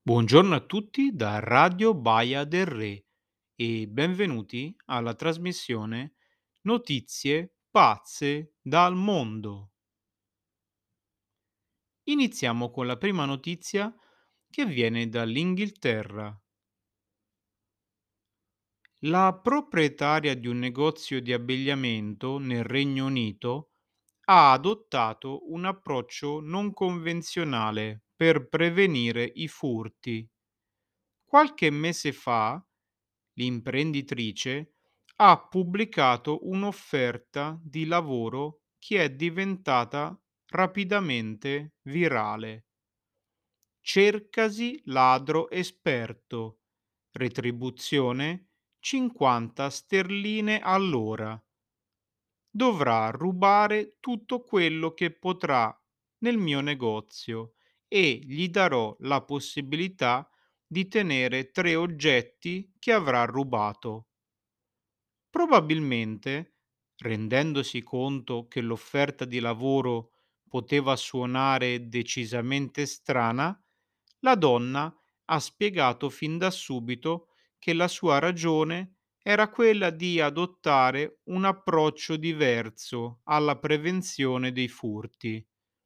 Buongiorno a tutti da Radio Baia del Re e benvenuti alla trasmissione Notizie pazze dal mondo. Iniziamo con la prima notizia che viene dall'Inghilterra. La proprietaria di un negozio di abbigliamento nel Regno Unito ha adottato un approccio non convenzionale per prevenire i furti. Qualche mese fa l'imprenditrice ha pubblicato un'offerta di lavoro che è diventata rapidamente virale. Cercasi ladro esperto. Retribuzione 50 sterline all'ora. Dovrà rubare tutto quello che potrà nel mio negozio e gli darò la possibilità di tenere 3 oggetti che avrà rubato. Probabilmente, rendendosi conto che l'offerta di lavoro poteva suonare decisamente strana, la donna ha spiegato fin da subito che la sua ragione era quella di adottare un approccio diverso alla prevenzione dei furti.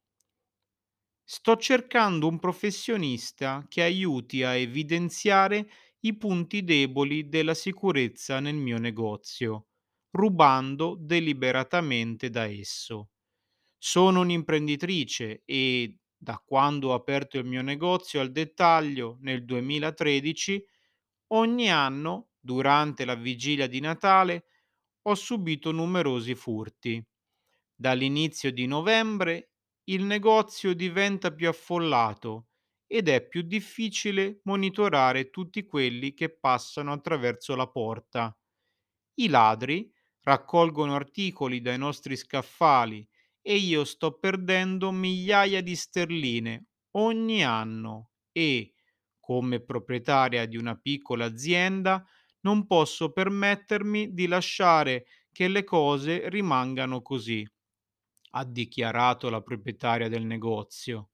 Sto cercando un professionista che aiuti a evidenziare i punti deboli della sicurezza nel mio negozio, rubando deliberatamente da esso. Sono un'imprenditrice e da quando ho aperto il mio negozio al dettaglio nel 2013, ogni anno, durante la vigilia di Natale, ho subito numerosi furti. Dall'inizio di novembre il negozio diventa più affollato ed è più difficile monitorare tutti quelli che passano attraverso la porta. I ladri raccolgono articoli dai nostri scaffali e io sto perdendo migliaia di sterline ogni anno e, come proprietaria di una piccola azienda, non posso permettermi di lasciare che le cose rimangano così, ha dichiarato la proprietaria del negozio.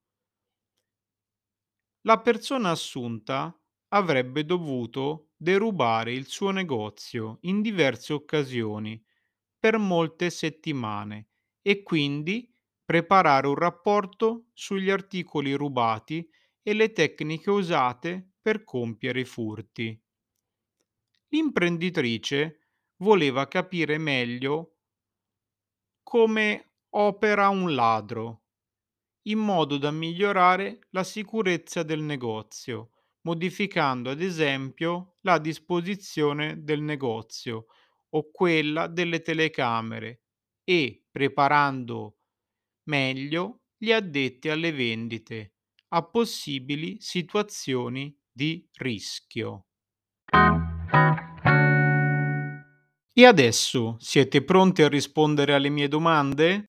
La persona assunta avrebbe dovuto derubare il suo negozio in diverse occasioni per molte settimane e quindi preparare un rapporto sugli articoli rubati e le tecniche usate per compiere i furti. L'imprenditrice voleva capire meglio come opera un ladro in modo da migliorare la sicurezza del negozio, modificando ad esempio la disposizione del negozio o quella delle telecamere e preparando meglio gli addetti alle vendite a possibili situazioni di rischio. E adesso siete pronti a rispondere alle mie domande?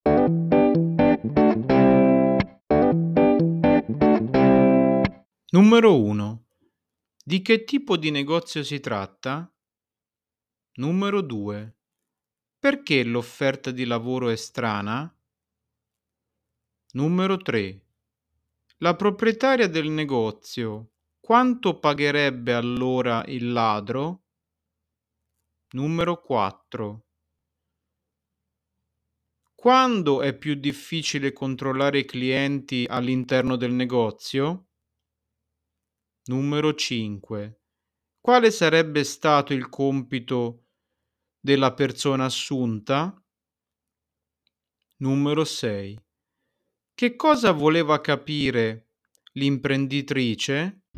Numero 1. Di che tipo di negozio si tratta? Numero 2. Perché l'offerta di lavoro è strana? Numero 3. La proprietaria del negozio quanto pagherebbe all'ora il ladro? Numero 4. Quando è più difficile controllare i clienti all'interno del negozio? Numero 5. Quale sarebbe stato il compito della persona assunta? Numero 6. Che cosa voleva capire l'imprenditrice?